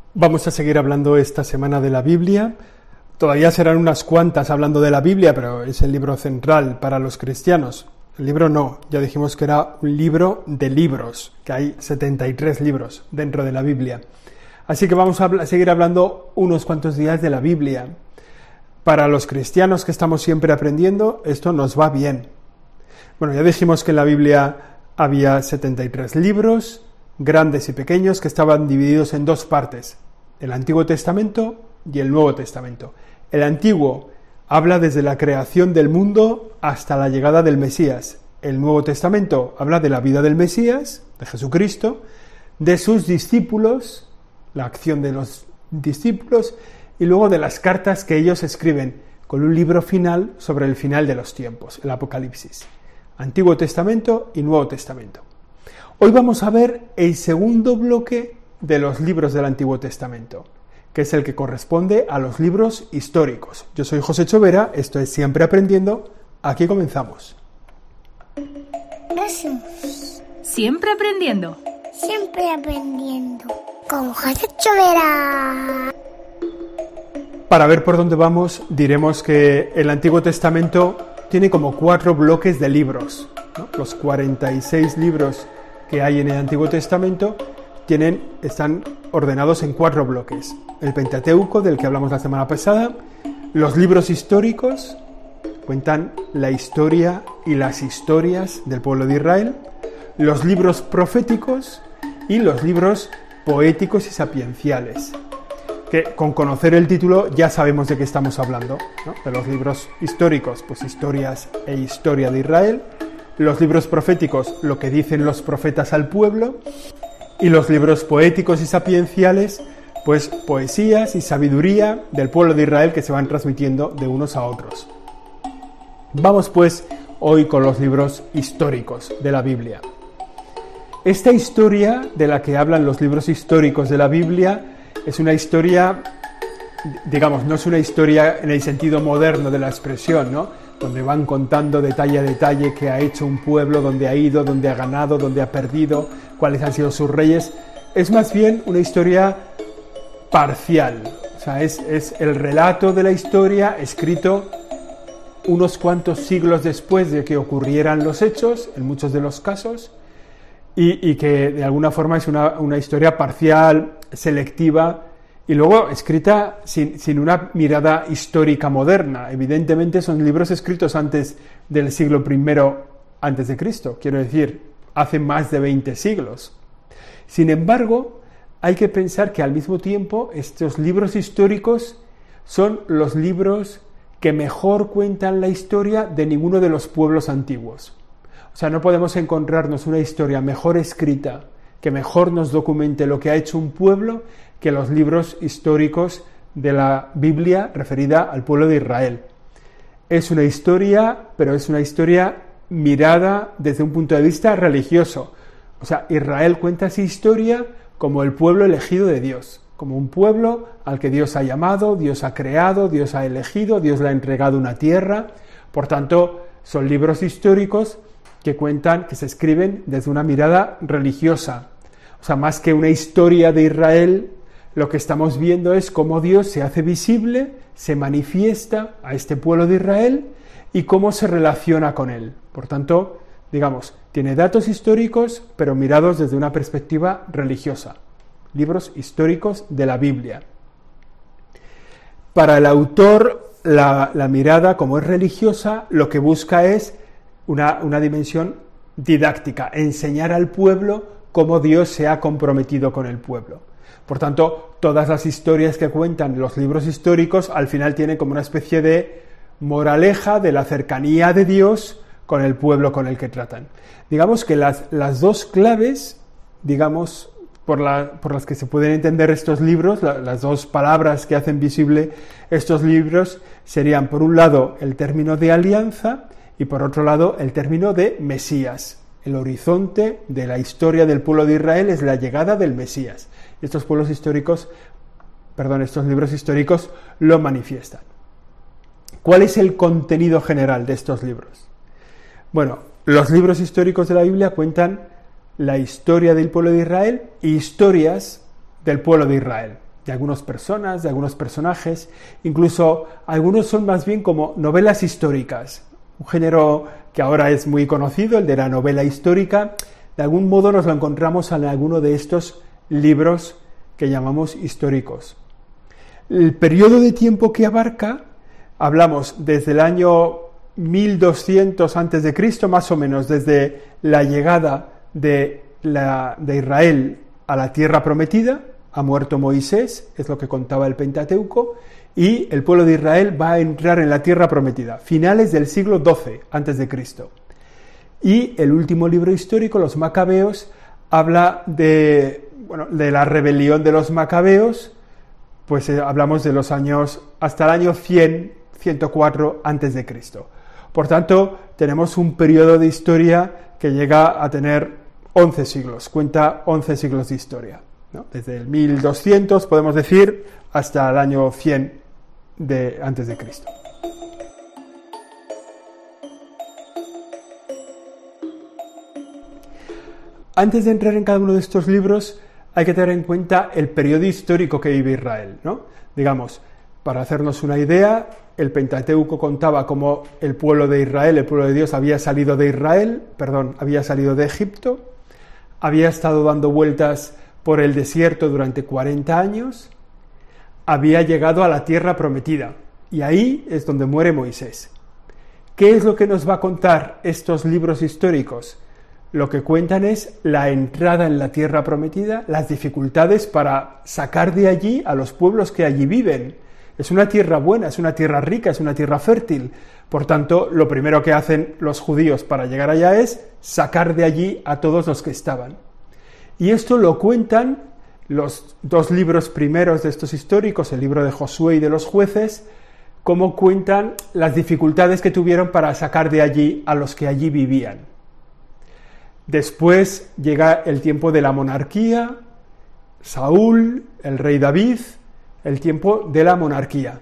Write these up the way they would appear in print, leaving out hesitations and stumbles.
Vamos a seguir hablando esta semana de la Biblia. Todavía serán unas cuantas hablando de la Biblia, pero es el libro central para los cristianos. El libro no, ya dijimos que era un libro de libros, que hay 73 libros dentro de la Biblia. Así que vamos a seguir hablando unos cuantos días de la Biblia. Para los cristianos que estamos siempre aprendiendo, esto nos va bien. Bueno, ya dijimos que en la Biblia había 73 libros, grandes y pequeños, que estaban divididos en dos partes, el Antiguo Testamento y el Nuevo Testamento. El Antiguo habla desde la creación del mundo hasta la llegada del Mesías. El Nuevo Testamento habla de la vida del Mesías, de Jesucristo, de sus discípulos, la acción de los discípulos, y luego de las cartas que ellos escriben, con un libro final sobre el final de los tiempos, el Apocalipsis. Antiguo Testamento y Nuevo Testamento. Hoy vamos a ver el segundo bloque de los libros del Antiguo Testamento, que es el que corresponde a los libros históricos. Yo soy José Chovera, esto es Siempre Aprendiendo, aquí comenzamos. Siempre aprendiendo. Siempre aprendiendo. Con José Chovera. Para ver por dónde vamos, diremos que el Antiguo Testamento tiene como 4 bloques de libros, ¿no? Los 46 libros que hay en el Antiguo Testamento están ordenados en 4 bloques. El Pentateuco, del que hablamos la semana pasada, los libros históricos, cuentan la historia y las historias del pueblo de Israel, los libros proféticos y los libros poéticos y sapienciales, que con conocer el título ya sabemos de qué estamos hablando, ¿no? De los libros históricos, pues historias e historia de Israel, los libros proféticos, lo que dicen los profetas al pueblo, y los libros poéticos y sapienciales, pues poesías y sabiduría del pueblo de Israel que se van transmitiendo de unos a otros. Vamos pues hoy con los libros históricos de la Biblia. Esta historia de la que hablan los libros históricos de la Biblia es una historia, digamos, no es una historia en el sentido moderno de la expresión, ¿no? Donde van contando detalle a detalle qué ha hecho un pueblo, dónde ha ido, dónde ha ganado, dónde ha perdido, cuáles han sido sus reyes. Es más bien una historia parcial, o sea, es el relato de la historia escrito unos cuantos siglos después de que ocurrieran los hechos, en muchos de los casos, y que de alguna forma es una historia parcial, selectiva, y luego escrita sin una mirada histórica moderna. Evidentemente son libros escritos antes del siglo I antes de Cristo, quiero decir, hace más de 20 siglos. Sin embargo, hay que pensar que al mismo tiempo estos libros históricos son los libros que mejor cuentan la historia de ninguno de los pueblos antiguos. O sea, no podemos encontrarnos una historia mejor escrita, que mejor nos documente lo que ha hecho un pueblo, que los libros históricos de la Biblia referida al pueblo de Israel. Es una historia, pero es una historia mirada desde un punto de vista religioso. O sea, Israel cuenta esa historia como el pueblo elegido de Dios, como un pueblo al que Dios ha llamado, Dios ha creado, Dios ha elegido, Dios le ha entregado una tierra. Por tanto, son libros históricos que cuentan, que se escriben desde una mirada religiosa. O sea, más que una historia de Israel, lo que estamos viendo es cómo Dios se hace visible, se manifiesta a este pueblo de Israel y cómo se relaciona con él. Por tanto, digamos, tiene datos históricos, pero mirados desde una perspectiva religiosa. Libros históricos de la Biblia. Para el autor, la mirada, como es religiosa, lo que busca es una dimensión didáctica, enseñar al pueblo cómo Dios se ha comprometido con el pueblo. Por tanto, todas las historias que cuentan los libros históricos al final tienen como una especie de moraleja de la cercanía de Dios con el pueblo con el que tratan. Digamos que las dos claves, digamos, por las que se pueden entender estos libros, las dos palabras que hacen visible estos libros, serían por un lado el término de alianza y por otro lado el término de Mesías. El horizonte de la historia del pueblo de Israel es la llegada del Mesías. Y estos libros históricos lo manifiestan. ¿Cuál es el contenido general de estos libros? Bueno, los libros históricos de la Biblia cuentan la historia del pueblo de Israel y historias del pueblo de Israel. de algunas personas, de algunos personajes, incluso algunos son más bien como novelas históricas, un género que ahora es muy conocido, el de la novela histórica. De algún modo nos lo encontramos en alguno de estos libros que llamamos históricos. El periodo de tiempo que abarca, hablamos desde el año 1200 a.C., más o menos, desde la llegada de Israel a la tierra prometida. Ha muerto Moisés, es lo que contaba el Pentateuco, y el pueblo de Israel va a entrar en la tierra prometida, finales del siglo XII a.C. Y el último libro histórico, los Macabeos, habla de la rebelión de los Macabeos, pues hablamos de los años hasta el año 104 a.C. Por tanto, tenemos un periodo de historia que llega a tener 11 siglos, cuenta 11 siglos de historia, ¿no? Desde el 1200, podemos decir, hasta el año 100 antes de Cristo. Antes de entrar en cada uno de estos libros, hay que tener en cuenta el periodo histórico que vive Israel, ¿no? Digamos, para hacernos una idea, el Pentateuco contaba cómo el pueblo de Israel, el pueblo de Dios, había salido de Egipto, había estado dando vueltas por el desierto durante 40 años, había llegado a la tierra prometida, y ahí es donde muere Moisés. ¿Qué es lo que nos va a contar estos libros históricos? Lo que cuentan es la entrada en la tierra prometida, las dificultades para sacar de allí a los pueblos que allí viven. Es una tierra buena, es una tierra rica, es una tierra fértil. Por tanto, lo primero que hacen los judíos para llegar allá es sacar de allí a todos los que estaban. Y esto lo cuentan los dos libros primeros de estos históricos, el libro de Josué y de los jueces, cómo cuentan las dificultades que tuvieron para sacar de allí a los que allí vivían. Después llega el tiempo de la monarquía, Saúl, el rey David, el tiempo de la monarquía.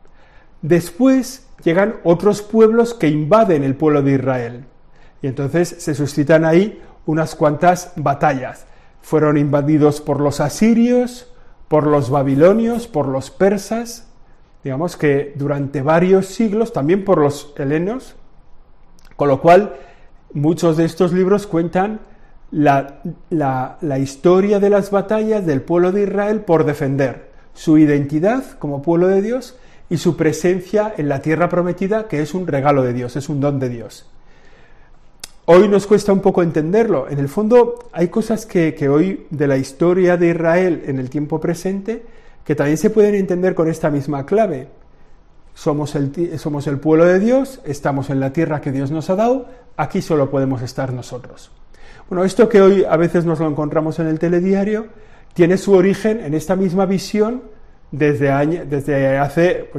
Después llegan otros pueblos que invaden el pueblo de Israel. Y entonces se suscitan ahí unas cuantas batallas. Fueron invadidos por los asirios, por los babilonios, por los persas. Digamos que durante varios siglos, también por los helenos, con lo cual muchos de estos libros cuentan la historia de las batallas del pueblo de Israel por defender su identidad como pueblo de Dios y su presencia en la tierra prometida, que es un regalo de Dios, es un don de Dios. Hoy nos cuesta un poco entenderlo. En el fondo hay cosas que hoy de la historia de Israel en el tiempo presente que también se pueden entender con esta misma clave. Somos el pueblo de Dios, estamos en la tierra que Dios nos ha dado, aquí solo podemos estar nosotros. Bueno, esto que hoy a veces nos lo encontramos en el telediario, tiene su origen en esta misma visión desde hace,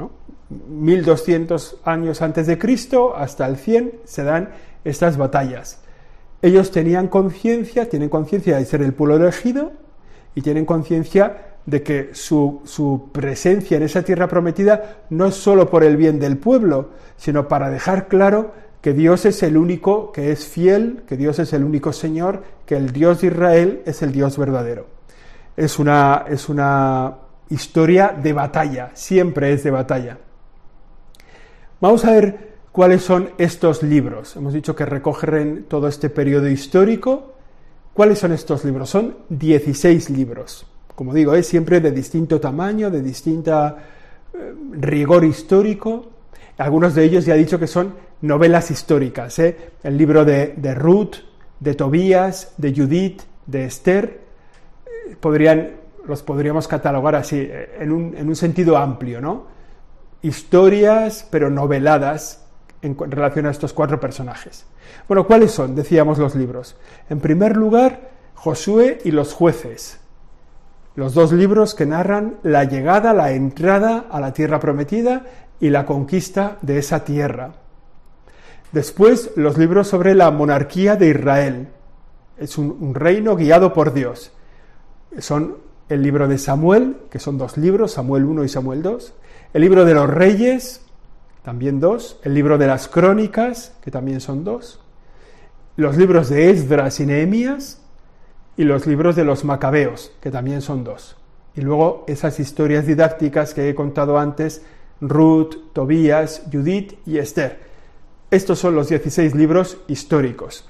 1200 años antes de Cristo hasta el 100 se dan estas batallas. Ellos tienen conciencia de ser el pueblo elegido y tienen conciencia de que su presencia en esa tierra prometida no es solo por el bien del pueblo, sino para dejar claro que Dios es el único que es fiel, que Dios es el único Señor, que el Dios de Israel es el Dios verdadero. Es una historia de batalla, siempre es de batalla. Vamos a ver cuáles son estos libros. Hemos dicho que recogen todo este periodo histórico. ¿Cuáles son estos libros? Son 16 libros. Como digo, es siempre de distinto tamaño, de distinta rigor histórico. Algunos de ellos ya he dicho que son novelas históricas, El libro de Ruth, de Tobías, de Judith, de Esther, los podríamos catalogar así, en un sentido amplio, ¿no? Historias, pero noveladas en relación a estos 4 personajes. Bueno, ¿cuáles son? Decíamos los libros. En primer lugar, Josué y los jueces. Los 2 libros que narran la llegada, la entrada a la tierra prometida y la conquista de esa tierra. Después, los libros sobre la monarquía de Israel. Es un reino guiado por Dios. Son el libro de Samuel, que son 2 libros, Samuel 1 y Samuel 2. El libro de los reyes, también 2. El libro de las crónicas, que también son 2. Los libros de Esdras y Nehemías. Y los libros de los Macabeos, que también son 2. Y luego esas historias didácticas que he contado antes, Ruth, Tobías, Judith y Esther. Estos son los 16 libros históricos.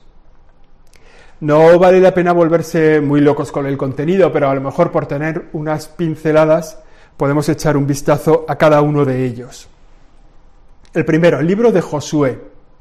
No vale la pena volverse muy locos con el contenido, pero a lo mejor por tener unas pinceladas podemos echar un vistazo a cada uno de ellos. El primero, el libro de Josué.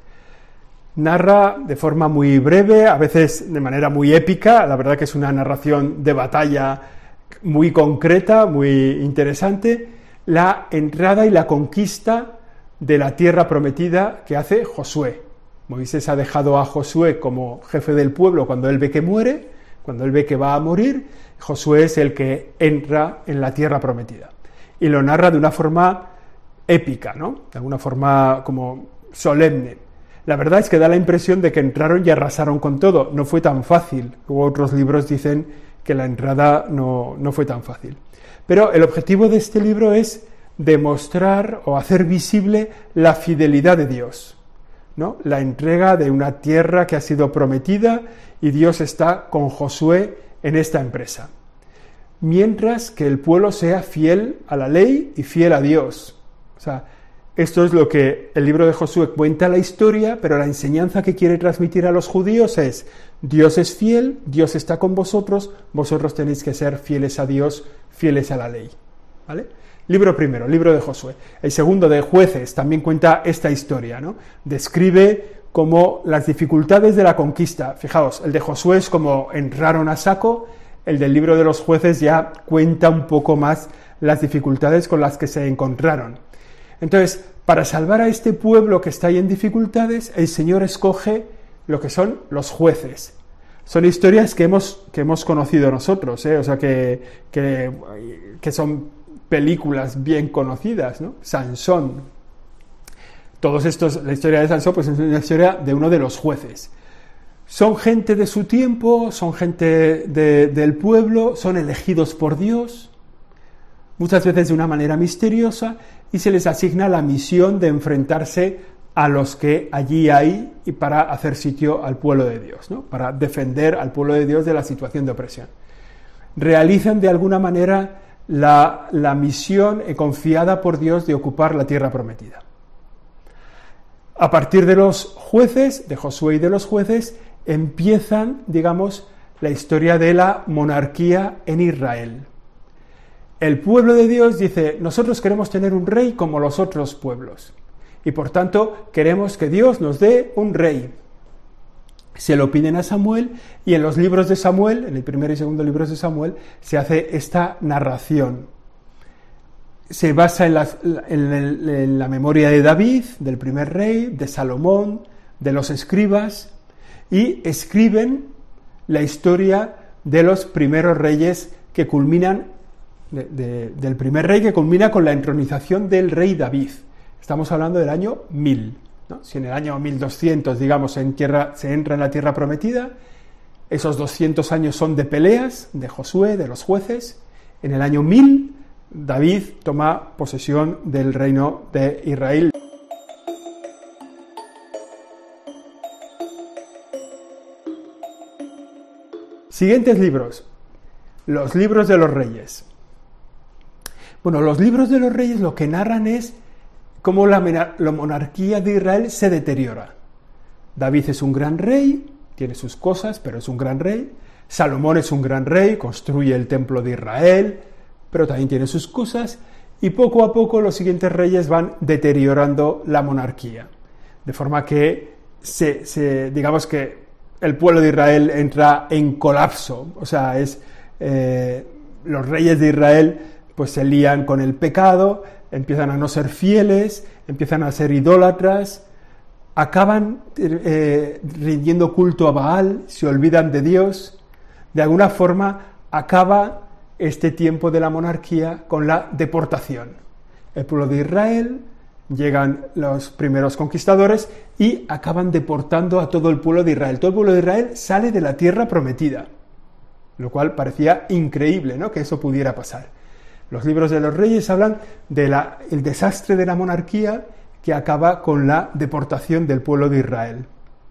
Narra de forma muy breve, a veces de manera muy épica, la verdad que es una narración de batalla muy concreta, muy interesante, la entrada y la conquista de la tierra prometida que hace Josué. Moisés ha dejado a Josué como jefe del pueblo cuando él ve que muere, cuando él ve que va a morir. Josué es el que entra en la tierra prometida. Y lo narra de una forma épica, ¿no? De alguna forma como solemne. La verdad es que da la impresión de que entraron y arrasaron con todo. No fue tan fácil. Luego otros libros dicen que la entrada no fue tan fácil. Pero el objetivo de este libro es demostrar o hacer visible la fidelidad de Dios, ¿no? La entrega de una tierra que ha sido prometida y Dios está con Josué en esta empresa. Mientras que el pueblo sea fiel a la ley y fiel a Dios. O sea, esto es lo que el libro de Josué cuenta la historia, pero la enseñanza que quiere transmitir a los judíos es: Dios es fiel, Dios está con vosotros, vosotros tenéis que ser fieles a Dios, fieles a la ley. ¿Vale? Libro primero, libro de Josué. El segundo, de Jueces, también cuenta esta historia, ¿no? Describe como las dificultades de la conquista. Fijaos, el de Josué es como entraron a saco, el del libro de los Jueces ya cuenta un poco más las dificultades con las que se encontraron. Entonces, para salvar a este pueblo que está ahí en dificultades, el Señor escoge lo que son los jueces. Son historias que hemos conocido nosotros, o sea, que son películas bien conocidas, ¿no? Sansón. Todos estos, la historia de Sansón, pues es una historia de uno de los jueces. Son gente de su tiempo, son gente del pueblo, son elegidos por Dios, muchas veces de una manera misteriosa, y se les asigna la misión de enfrentarse a los que allí hay y para hacer sitio al pueblo de Dios, ¿no? Para defender al pueblo de Dios de la situación de opresión. Realizan de alguna manera la misión confiada por Dios de ocupar la tierra prometida. A partir de los jueces, de Josué y de los jueces, empiezan, digamos, la historia de la monarquía en Israel. El pueblo de Dios dice: nosotros queremos tener un rey como los otros pueblos, y por tanto queremos que Dios nos dé un rey. Se lo piden a Samuel, y en los libros de Samuel, en el primer y segundo libros de Samuel, se hace esta narración. Se basa en la memoria de David, del primer rey, de Salomón, de los escribas, y escriben la historia de los primeros reyes que culminan, del primer rey que culmina con la entronización del rey David. Estamos hablando del año 1000. ¿No? Si en el año 1200, digamos, se entra en la tierra prometida, esos 200 años son de peleas, de Josué, de los jueces. En el año 1000, David toma posesión del reino de Israel. Siguientes libros. Los libros de los reyes. Bueno, los libros de los reyes lo que narran es cómo la monarquía de Israel se deteriora. David es un gran rey, tiene sus cosas, pero es un gran rey. Salomón es un gran rey, construye el templo de Israel, pero también tiene sus cosas. Y poco a poco los siguientes reyes van deteriorando la monarquía. De forma que, digamos que el pueblo de Israel entra en colapso. O sea, los reyes de Israel pues se lían con el pecado, empiezan a no ser fieles, empiezan a ser idólatras, acaban rindiendo culto a Baal, se olvidan de Dios. De alguna forma acaba este tiempo de la monarquía con la deportación. El pueblo de Israel, llegan los primeros conquistadores y acaban deportando a todo el pueblo de Israel. Todo el pueblo de Israel sale de la tierra prometida, lo cual parecía increíble, ¿no?, que eso pudiera pasar. Los libros de los reyes hablan del desastre de la monarquía que acaba con la deportación del pueblo de Israel.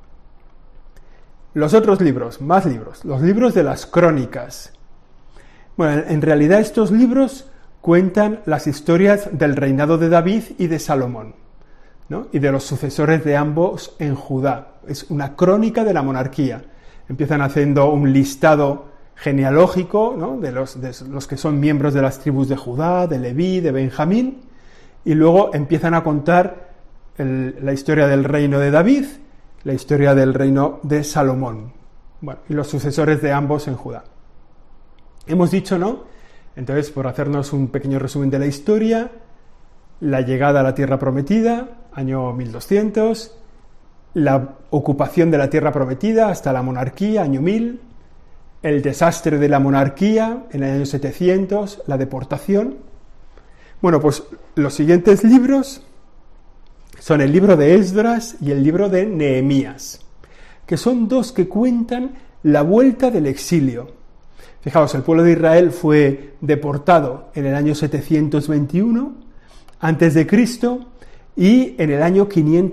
Los otros libros, más libros, los libros de las crónicas. Bueno, en realidad estos libros cuentan las historias del reinado de David y de Salomón, ¿no? Y de los sucesores de ambos en Judá. Es una crónica de la monarquía. Empiezan haciendo un listado genealógico, ¿no? de los que son miembros de las tribus de Judá, de Leví, de Benjamín, y luego empiezan a contar la historia del reino de David, la historia del reino de Salomón, bueno, y los sucesores de ambos en Judá. Hemos dicho, ¿no? Entonces, por hacernos un pequeño resumen de la historia, la llegada a la tierra prometida, año 1200, la ocupación de la tierra prometida hasta la monarquía, año 1000, el desastre de la monarquía en el año 700, la deportación. Bueno, pues los siguientes libros son el libro de Esdras y el libro de Nehemías, que son dos que cuentan la vuelta del exilio. Fijaos, el pueblo de Israel fue deportado en el año 721 antes de Cristo, y en el año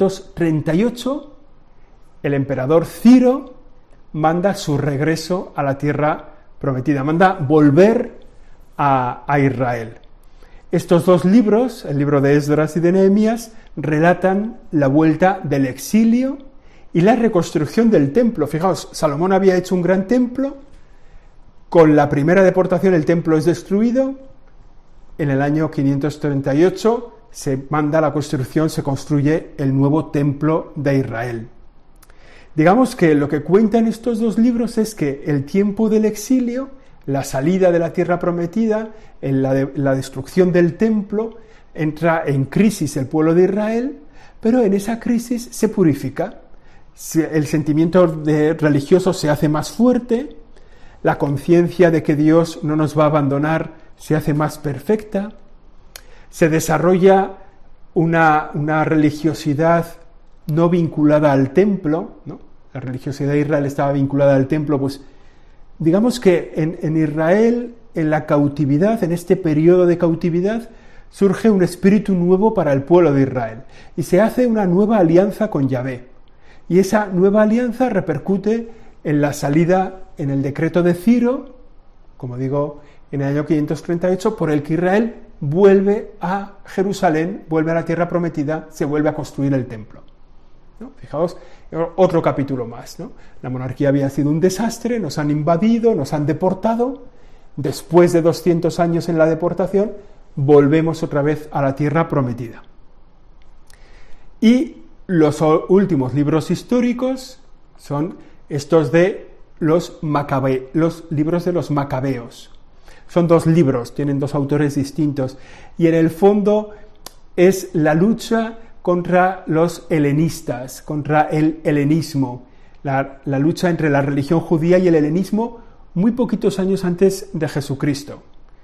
538 el emperador Ciro manda su regreso a la tierra prometida, manda volver a Israel. Estos dos libros, el libro de Esdras y de Nehemías, relatan la vuelta del exilio y la reconstrucción del templo. Fijaos, Salomón había hecho un gran templo, con la primera deportación el templo es destruido, en el año 538 se manda la construcción, se construye el nuevo templo de Israel. Digamos que lo que cuentan estos dos libros es que el tiempo del exilio, la salida de la tierra prometida, la destrucción del templo, entra en crisis el pueblo de Israel, pero en esa crisis se purifica. El sentimiento religioso se hace más fuerte, la conciencia de que Dios no nos va a abandonar se hace más perfecta, se desarrolla una religiosidad no vinculada al templo, ¿no? La religiosidad de Israel estaba vinculada al templo, pues digamos que en Israel, en la cautividad, en este periodo de cautividad, surge un espíritu nuevo para el pueblo de Israel y se hace una nueva alianza con Yahvé. Y esa nueva alianza repercute en la salida, en el decreto de Ciro, como digo, en el año 538, por el que Israel vuelve a Jerusalén, vuelve a la tierra prometida, se vuelve a construir el templo, ¿no? Fijaos, otro capítulo más, ¿no? La monarquía había sido un desastre, nos han invadido, nos han deportado. Después de 200 años en la deportación, volvemos otra vez a la tierra prometida. Y los últimos libros históricos son estos de los libros de los Macabeos. Son dos libros, tienen dos autores distintos, y en el fondo es la lucha contra los helenistas, contra el helenismo, la lucha entre la religión judía y el helenismo muy poquitos años antes de Jesucristo.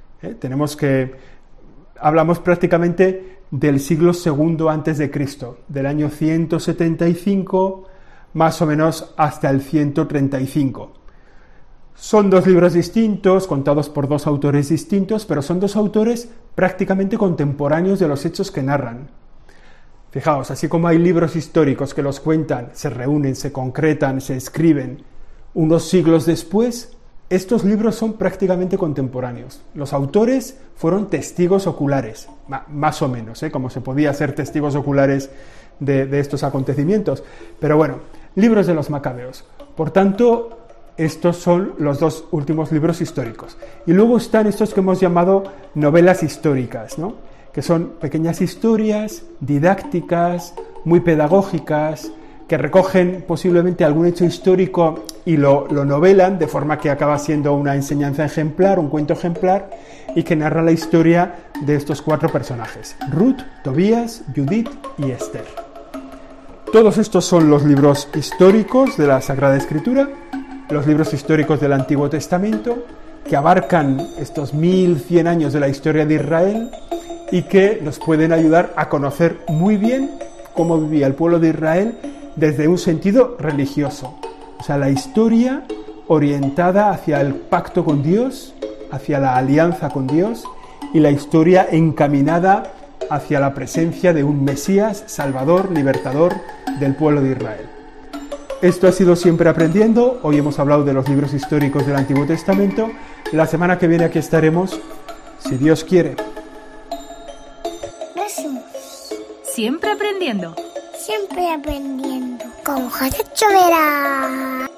Hablamos prácticamente del siglo II antes de Cristo, del año 175 más o menos hasta el 135. Son dos libros distintos, contados por dos autores distintos, pero son dos autores prácticamente contemporáneos de los hechos que narran. Fijaos, así como hay libros históricos que los cuentan, se reúnen, se concretan, se escriben unos siglos después, estos libros son prácticamente contemporáneos. Los autores fueron testigos oculares, más o menos, como se podía ser testigos oculares de estos acontecimientos. Pero bueno, libros de los Macabeos. Por tanto, estos son los dos últimos libros históricos. Y luego están estos que hemos llamado novelas históricas, ¿no? Que son pequeñas historias didácticas, muy pedagógicas, que recogen posiblemente algún hecho histórico y lo novelan de forma que acaba siendo una enseñanza ejemplar, un cuento ejemplar, y que narra la historia de estos cuatro personajes: Ruth, Tobías, Judith y Esther. Todos estos son los libros históricos de la Sagrada Escritura, los libros históricos del Antiguo Testamento, que abarcan estos 1100 años de la historia de Israel y que nos pueden ayudar a conocer muy bien cómo vivía el pueblo de Israel desde un sentido religioso. O sea, la historia orientada hacia el pacto con Dios, hacia la alianza con Dios, y la historia encaminada hacia la presencia de un Mesías, Salvador, libertador del pueblo de Israel. Esto ha sido Siempre Aprendiendo. Hoy hemos hablado de los libros históricos del Antiguo Testamento. La semana que viene aquí estaremos, si Dios quiere. Próximo. Siempre aprendiendo. Siempre aprendiendo. Con José Chovera.